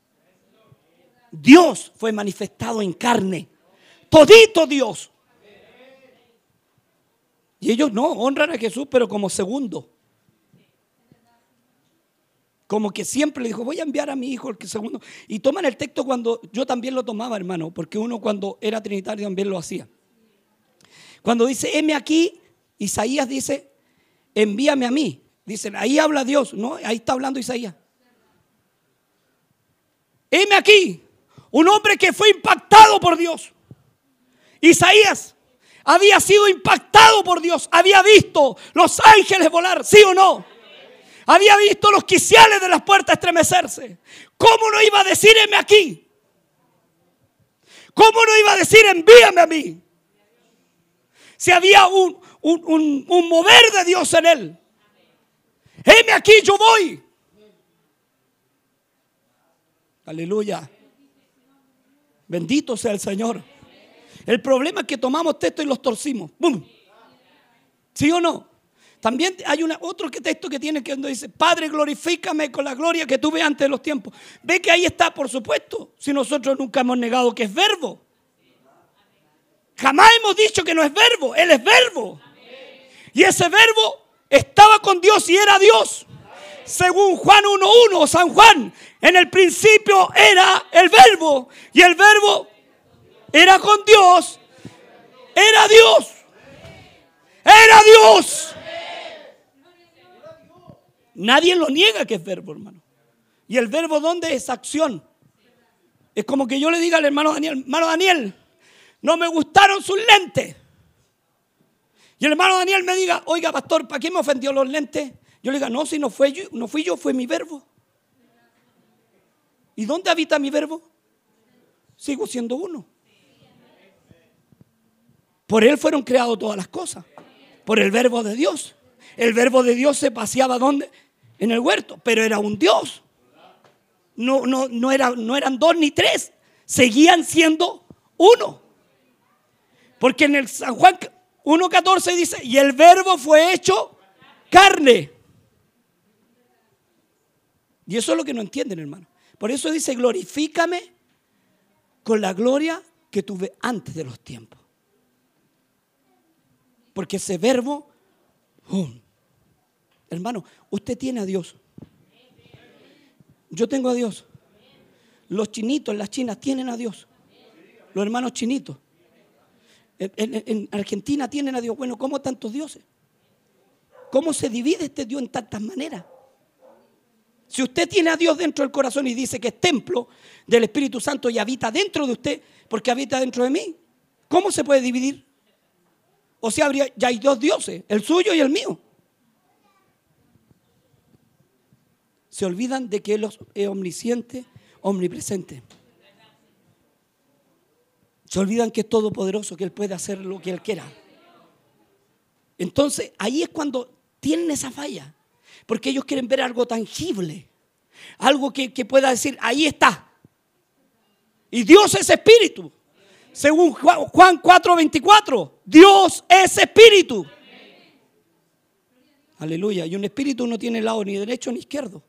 Dios fue manifestado en carne. Todito Dios. Y ellos no, honran a Jesús, pero como segundo. Como que siempre le dijo, voy a enviar a mi hijo el que segundo. Y toman el texto cuando yo también lo tomaba, hermano, porque uno cuando era trinitario también lo hacía. Cuando dice, heme aquí, Isaías dice, envíame a mí. Dicen, ahí habla Dios, ¿no? Ahí está hablando Isaías. Heme aquí, un hombre que fue impactado por Dios. Isaías había sido impactado por Dios, había visto los ángeles volar, ¿sí o no? Había visto los quiciales de las puertas estremecerse. ¿Cómo no iba a decir, heme aquí? ¿Cómo no iba a decir, envíame a mí? Si había un, un, un, un mover de Dios en él. Heme aquí, yo voy. Aleluya. Bendito sea el Señor. El problema es que tomamos textos y los torcimos. ¡Bum! ¿Sí o no? También hay una, otro texto que tiene que donde dice, Padre, glorifícame con la gloria que tuve antes de los tiempos. Ve que ahí está, por supuesto, si nosotros nunca hemos negado que es verbo. Jamás hemos dicho que no es verbo, Él es verbo. Y ese verbo estaba con Dios y era Dios. Según Juan uno uno, San Juan, en el principio era el verbo. Y el verbo era con Dios. Era Dios. Era Dios. Nadie lo niega que es verbo, hermano. ¿Y el verbo dónde es? Acción. Es como que yo le diga al hermano Daniel, hermano Daniel, no me gustaron sus lentes. Y el hermano Daniel me diga, oiga pastor, ¿para qué me ofendió los lentes? Yo le diga, no, si no, fue yo, no fui yo, fue mi verbo. ¿Y dónde habita mi verbo? Sigo siendo uno. Por Él fueron creadas todas las cosas. Por el verbo de Dios. El verbo de Dios se paseaba ¿dónde? En el huerto, pero era un Dios. No, no, no, era, no eran dos ni tres. Seguían siendo uno. Porque en el San Juan uno catorce dice, y el verbo fue hecho carne. Y eso es lo que no entienden, hermano. Por eso dice, glorifícame con la gloria que tuve antes de los tiempos. Porque ese verbo, oh, hermano, usted tiene a Dios. Yo tengo a Dios. Los chinitos, las chinas tienen a Dios. Los hermanos chinitos. En, en, en Argentina tienen a Dios. Bueno, ¿cómo tantos dioses? ¿Cómo se divide este Dios en tantas maneras? Si usted tiene a Dios dentro del corazón y dice que es templo del Espíritu Santo y habita dentro de usted, porque habita dentro de mí, ¿cómo se puede dividir? O sea, habría, ya hay dos dioses, el suyo y el mío. Se olvidan de que Él es omnisciente, omnipresente. Se olvidan que es todopoderoso, que Él puede hacer lo que Él quiera. Entonces, ahí es cuando tienen esa falla. Porque ellos quieren ver algo tangible. Algo que, que pueda decir, ahí está. Y Dios es espíritu. Según Juan cuatro veinticuatro, Dios es espíritu. Aleluya. Y un espíritu no tiene lado ni derecho ni izquierdo.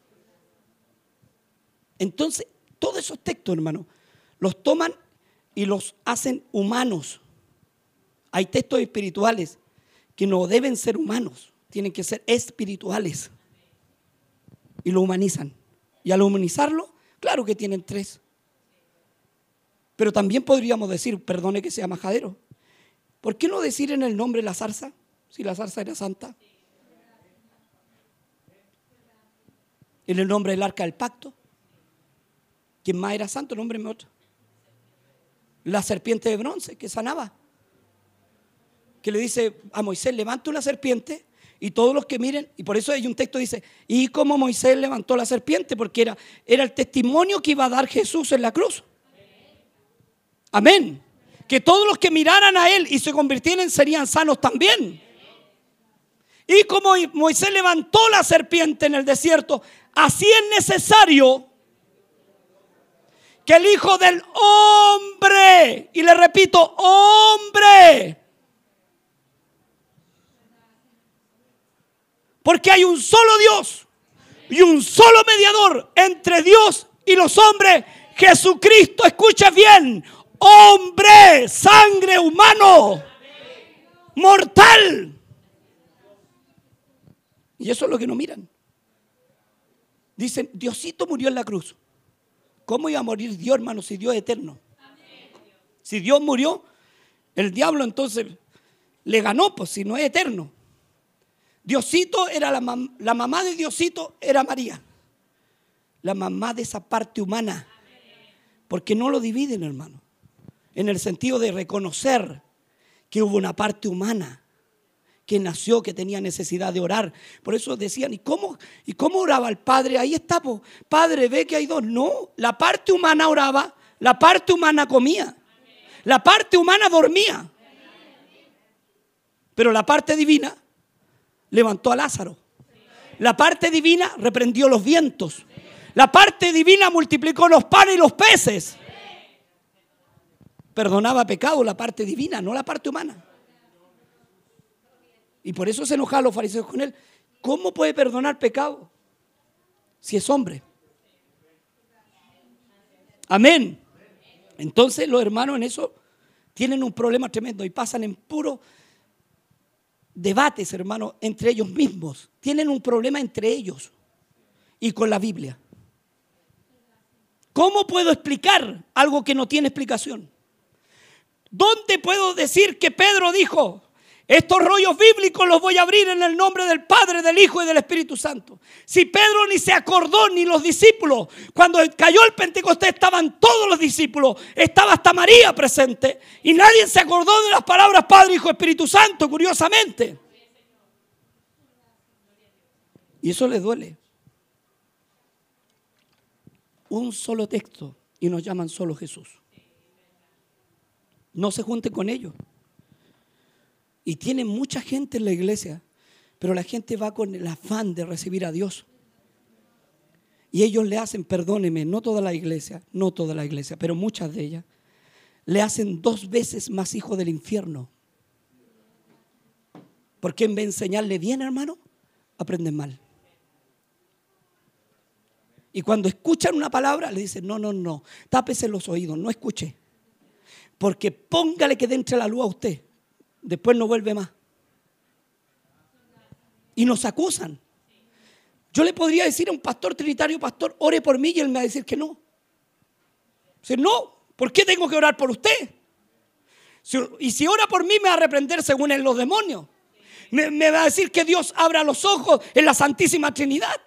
Entonces, todos esos textos, hermano, los toman y los hacen humanos. Hay textos espirituales que no deben ser humanos, tienen que ser espirituales. Y lo humanizan. Y al humanizarlo, claro que tienen tres. Pero también podríamos decir, perdone que sea majadero, ¿por qué no decir en el nombre la zarza? Si la zarza era santa. En el nombre del arca del pacto. ¿Quién más era santo? Nómbreme otro. La serpiente de bronce que sanaba. Que le dice a Moisés, levanta una serpiente y todos los que miren, y por eso hay un texto que dice, y como Moisés levantó la serpiente, porque era, era el testimonio que iba a dar Jesús en la cruz. Amén. Que todos los que miraran a Él y se convirtieran serían sanos también. Y como Moisés levantó la serpiente en el desierto, así es necesario que el Hijo del Hombre, y le repito, hombre, porque hay un solo Dios y un solo mediador entre Dios y los hombres, Jesucristo. Escucha bien, hombre, sangre humano. mortal. Y eso es lo que no miran. Dicen, Diosito murió en la cruz. ¿Cómo iba a morir Dios, hermano, si Dios es eterno? Si Dios murió, el diablo entonces le ganó, pues si no es eterno. Diosito era la, mam- la mamá de Diosito era María. La mamá de esa parte humana. Porque no lo dividen, hermano. En el sentido de reconocer que hubo una parte humana que nació, que tenía necesidad de orar. Por eso decían, ¿y cómo, ¿y cómo oraba el Padre? Ahí está, po. Padre, ve que hay dos. No, la parte humana oraba, la parte humana comía, la parte humana dormía. Pero la parte divina levantó a Lázaro. La parte divina reprendió los vientos. La parte divina multiplicó los panes y los peces. Perdonaba pecado la parte divina, no la parte humana. Y por eso se enojaban los fariseos con él. ¿Cómo puede perdonar pecado si es hombre? Amén. Entonces los hermanos en eso tienen un problema tremendo y pasan en puros debates, hermanos, entre ellos mismos. Tienen un problema entre ellos y con la Biblia. ¿Cómo puedo explicar algo que no tiene explicación? ¿Dónde puedo decir que Pedro dijo, estos rollos bíblicos los voy a abrir en el nombre del Padre, del Hijo y del Espíritu Santo? Si Pedro ni se acordó, ni los discípulos, cuando cayó el Pentecostés estaban todos los discípulos, estaba hasta María presente y nadie se acordó de las palabras Padre, Hijo, Espíritu Santo, curiosamente. Y eso les duele. Un solo texto y nos llaman solo Jesús. No se junten con ellos. Y tienen mucha gente en la iglesia, pero la gente va con el afán de recibir a Dios. Y ellos le hacen, perdóneme, no toda la iglesia, no toda la iglesia, pero muchas de ellas, le hacen dos veces más hijo del infierno. Porque en vez de enseñarle bien, hermano, aprenden mal. Y cuando escuchan una palabra, le dicen, no, no, no, tápese los oídos, no escuche. Porque póngale que entre la luz a usted. Después no vuelve más. Y nos acusan. Yo le podría decir a un pastor trinitario, pastor, ore por mí, y él me va a decir que no. Dice, no, ¿por qué tengo que orar por usted? Y si ora por mí me va a reprender según en los demonios. Me, me va a decir que Dios abra los ojos en la Santísima Trinidad.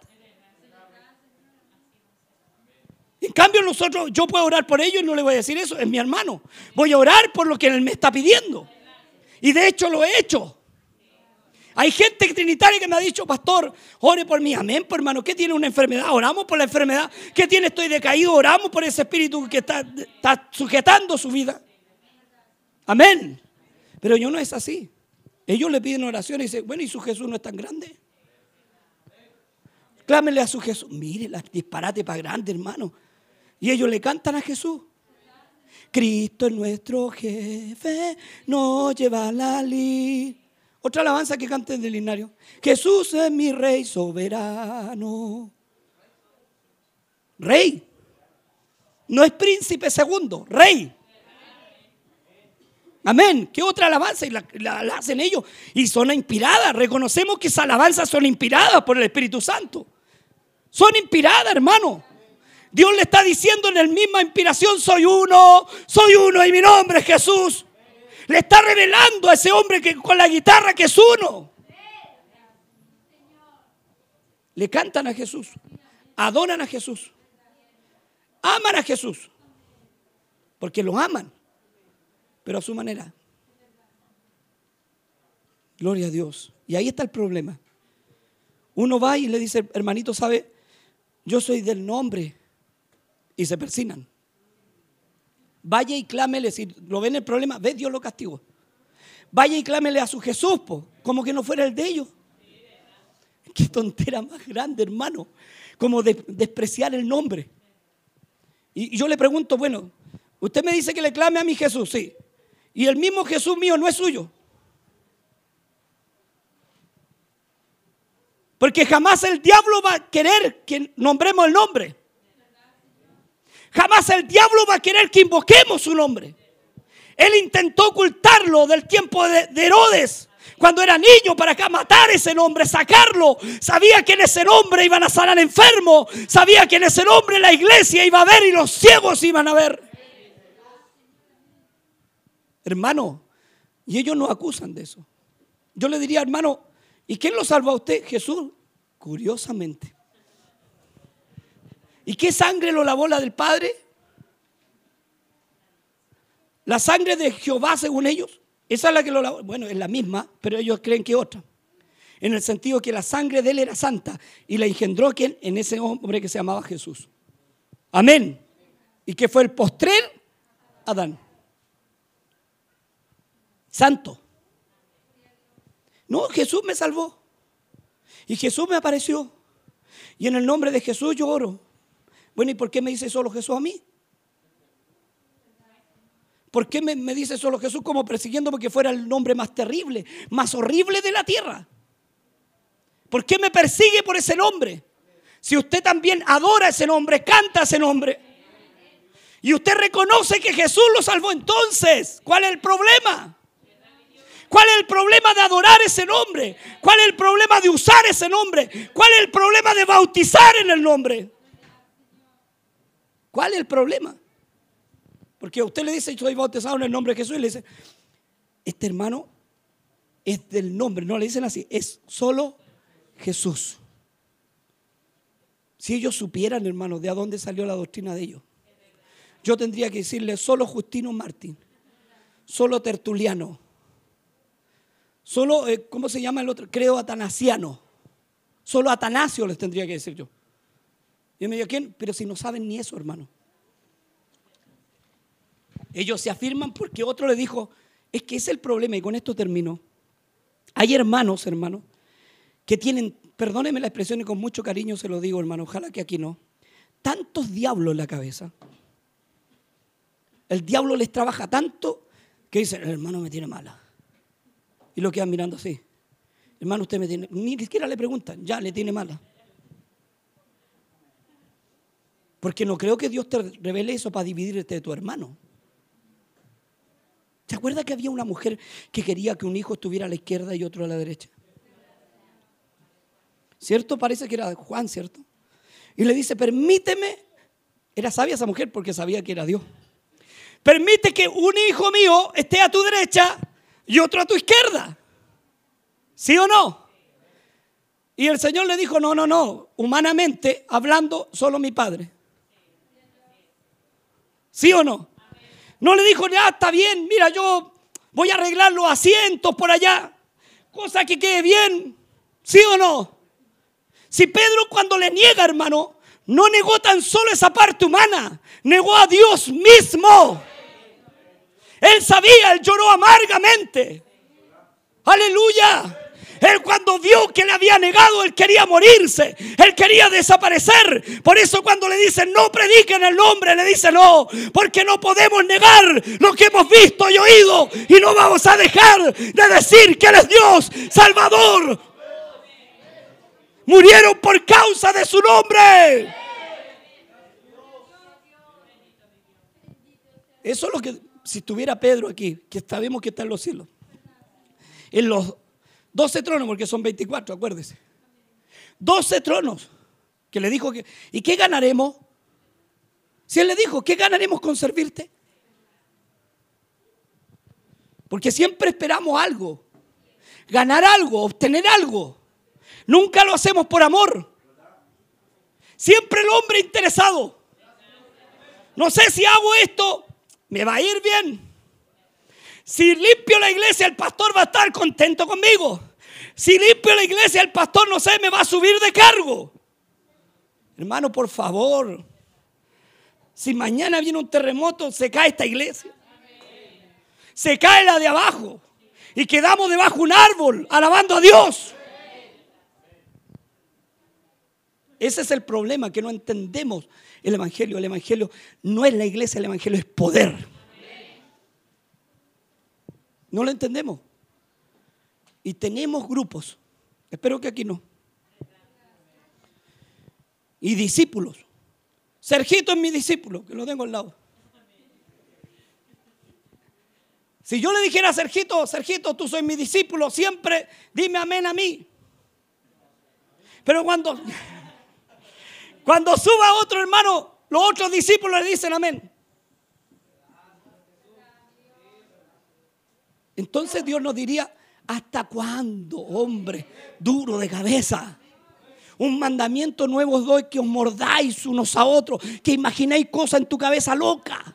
En cambio nosotros, yo puedo orar por ellos y no le voy a decir eso, es mi hermano. Voy a orar por lo que él me está pidiendo. Y de hecho lo he hecho. Hay gente trinitaria que me ha dicho, pastor, ore por mí. Amén, pues, hermano. ¿Qué tiene una enfermedad? Oramos por la enfermedad. ¿Qué tiene? Estoy decaído. Oramos por ese espíritu que está, está sujetando su vida. Amén. Pero yo no es así. Ellos le piden oración y dicen, bueno, ¿y su Jesús no es tan grande? Clámenle a su Jesús. Mire, la disparate para grande, hermano. Y ellos le cantan a Jesús. Cristo es nuestro jefe, nos lleva a la lid. Otra alabanza que canten del himnario. Jesús es mi rey soberano. Rey. No es príncipe segundo, rey. Amén. ¿Qué otra alabanza? Y la, la, la hacen ellos. Y son inspiradas. Reconocemos que esas alabanzas son inspiradas por el Espíritu Santo. Son inspiradas, hermano. Dios le está diciendo en la misma inspiración, soy uno, soy uno y mi nombre es Jesús. Le está revelando a ese hombre que con la guitarra que es uno. Le cantan a Jesús, adoran a Jesús, aman a Jesús, porque lo aman, pero a su manera. Gloria a Dios. Y ahí está el problema. Uno va y le dice, hermanito, ¿sabe? Yo soy del nombre. Y se persignan. Vaya y clámele, si lo ven el problema, ve, Dios lo castigó. Vaya y clámele a su Jesús, po, como que no fuera el de ellos. Qué tontera más grande, hermano. Como de, despreciar el nombre. Y, y yo le pregunto, bueno, usted me dice que le clame a mi Jesús, sí. Y el mismo Jesús mío no es suyo. Porque jamás el diablo va a querer que nombremos el nombre. Jamás el diablo va a querer que invoquemos su nombre. Él intentó ocultarlo del tiempo de, de Herodes, cuando era niño, para acá matar ese nombre, sacarlo. Sabía que en ese nombre iban a sanar enfermos. Sabía que en ese nombre la iglesia iba a ver y los ciegos iban a ver. Hermano, y ellos nos acusan de eso. Yo le diría, hermano, ¿y quién lo salvó a usted? Jesús. Curiosamente. ¿Y qué sangre lo lavó la del Padre? La sangre de Jehová, según ellos. Esa es la que lo lavó. Bueno, es la misma, pero ellos creen que otra. En el sentido que la sangre de él era santa y la engendró ¿quién? En ese hombre que se llamaba Jesús. Amén. Y que fue el postrer Adán. Santo. No, Jesús me salvó. Y Jesús me apareció. Y en el nombre de Jesús yo oro. Bueno, ¿y por qué me dice solo Jesús a mí? ¿Por qué me, me dice solo Jesús como persiguiéndome que fuera el nombre más terrible, más horrible de la tierra? ¿Por qué me persigue por ese nombre? Si usted también adora ese nombre, canta ese nombre. Y usted reconoce que Jesús lo salvó, entonces, ¿cuál es el problema? ¿Cuál es el problema de adorar ese nombre? ¿Cuál es el problema de usar ese nombre? ¿Cuál es el problema de bautizar en el nombre? ¿Cuál es el problema? Porque a usted le dice, yo soy bautizado en el nombre de Jesús, y le dice, este hermano es del nombre. No le dicen así, es solo Jesús. Si ellos supieran, hermano, de a dónde salió la doctrina de ellos, yo tendría que decirle solo Justino Martín, solo Tertuliano, solo, eh, ¿cómo se llama el otro? Creo Atanasiano, solo Atanasio les tendría que decir yo. Y yo me digo, ¿quién? Pero si no saben ni eso, hermano. Ellos se afirman porque otro le dijo, es que ese es el problema, y con esto termino. Hay hermanos, hermano, que tienen, perdónenme la expresión y con mucho cariño se lo digo, hermano, ojalá que aquí no, tantos diablos en la cabeza. El diablo les trabaja tanto que dicen, el hermano me tiene mala. Y lo quedan mirando así. Hermano, usted me tiene, ni siquiera le preguntan, ya le tiene mala. Porque no creo que Dios te revele eso para dividirte de tu hermano. ¿Se acuerda que había una mujer que quería que un hijo estuviera a la izquierda y otro a la derecha? ¿Cierto? Parece que era Juan, ¿cierto? Y le dice, permíteme, era sabia esa mujer porque sabía que era Dios. Permite que un hijo mío esté a tu derecha y otro a tu izquierda. ¿Sí o no? Y el Señor le dijo, no, no, no, humanamente hablando, solo mi padre. ¿Sí o no? No le dijo, ya está bien, mira, yo voy a arreglar los asientos por allá, cosa que quede bien. ¿Sí o no? Si Pedro cuando le niega, hermano, no negó tan solo esa parte humana, negó a Dios mismo. Él sabía, él lloró amargamente. Aleluya. Él cuando vio que le había negado, él quería morirse, él quería desaparecer. Por eso cuando le dicen no prediquen el nombre, le dice no, porque no podemos negar lo que hemos visto y oído, y no vamos a dejar de decir que Él es Dios, Salvador. Murieron por causa de su nombre. Eso es lo que, si estuviera Pedro aquí, que sabemos que está en los cielos, en los doce tronos, porque son veinticuatro, acuérdese. doce tronos. Que le dijo que, ¿y qué ganaremos? Si él le dijo, ¿qué ganaremos con servirte? Porque siempre esperamos algo. Ganar algo, obtener algo. Nunca lo hacemos por amor. Siempre el hombre interesado. No sé si hago esto, me va a ir bien. Si limpio la iglesia, el pastor va a estar contento conmigo. Si limpio la iglesia, el pastor, no sé, me va a subir de cargo. Hermano, por favor. Si mañana viene un terremoto, se cae esta iglesia. Se cae la de abajo. Y quedamos debajo de un árbol, alabando a Dios. Ese es el problema, que no entendemos el evangelio. El evangelio no es la iglesia, el evangelio es poder. No lo entendemos. Y tenemos grupos, espero que aquí no, y discípulos. Sergito es mi discípulo, que lo tengo al lado. Si yo le dijera a Sergito, Sergito, tú soy mi discípulo, siempre dime amén a mí. Pero cuando, cuando suba otro hermano, los otros discípulos le dicen amén. Entonces Dios nos diría, ¿hasta cuándo, hombre, duro de cabeza? Un mandamiento nuevo os doy, que os mordáis unos a otros, que imaginéis cosas en tu cabeza loca.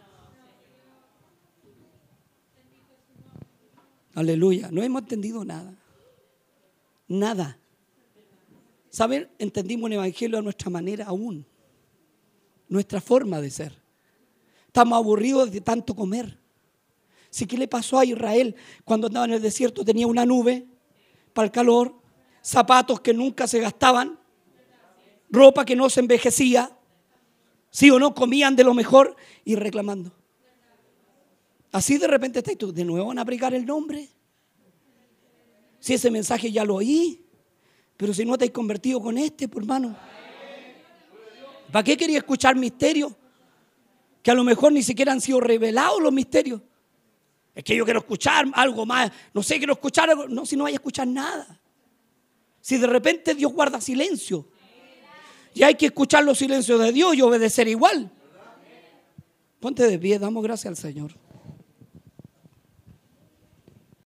Aleluya, no hemos entendido nada. Nada. ¿Saben? Entendimos el evangelio a nuestra manera aún. Nuestra forma de ser. Estamos aburridos de tanto comer. ¿Sí? ¿Qué le pasó a Israel cuando andaba en el desierto? Tenía una nube para el calor, zapatos que nunca se gastaban, ropa que no se envejecía, sí o no, comían de lo mejor y reclamando. Así de repente estás tú, ¿de nuevo van a aplicar el nombre? Si ese mensaje ya lo oí, pero si no te has convertido con este, por hermano. ¿Para qué quería escuchar misterios? Que a lo mejor ni siquiera han sido revelados los misterios. Es que yo quiero escuchar algo más, no sé, quiero escuchar algo. No, si no vaya a escuchar nada. Si de repente Dios guarda silencio. Y hay que escuchar los silencios de Dios y obedecer igual. Ponte de pie, damos gracias al Señor.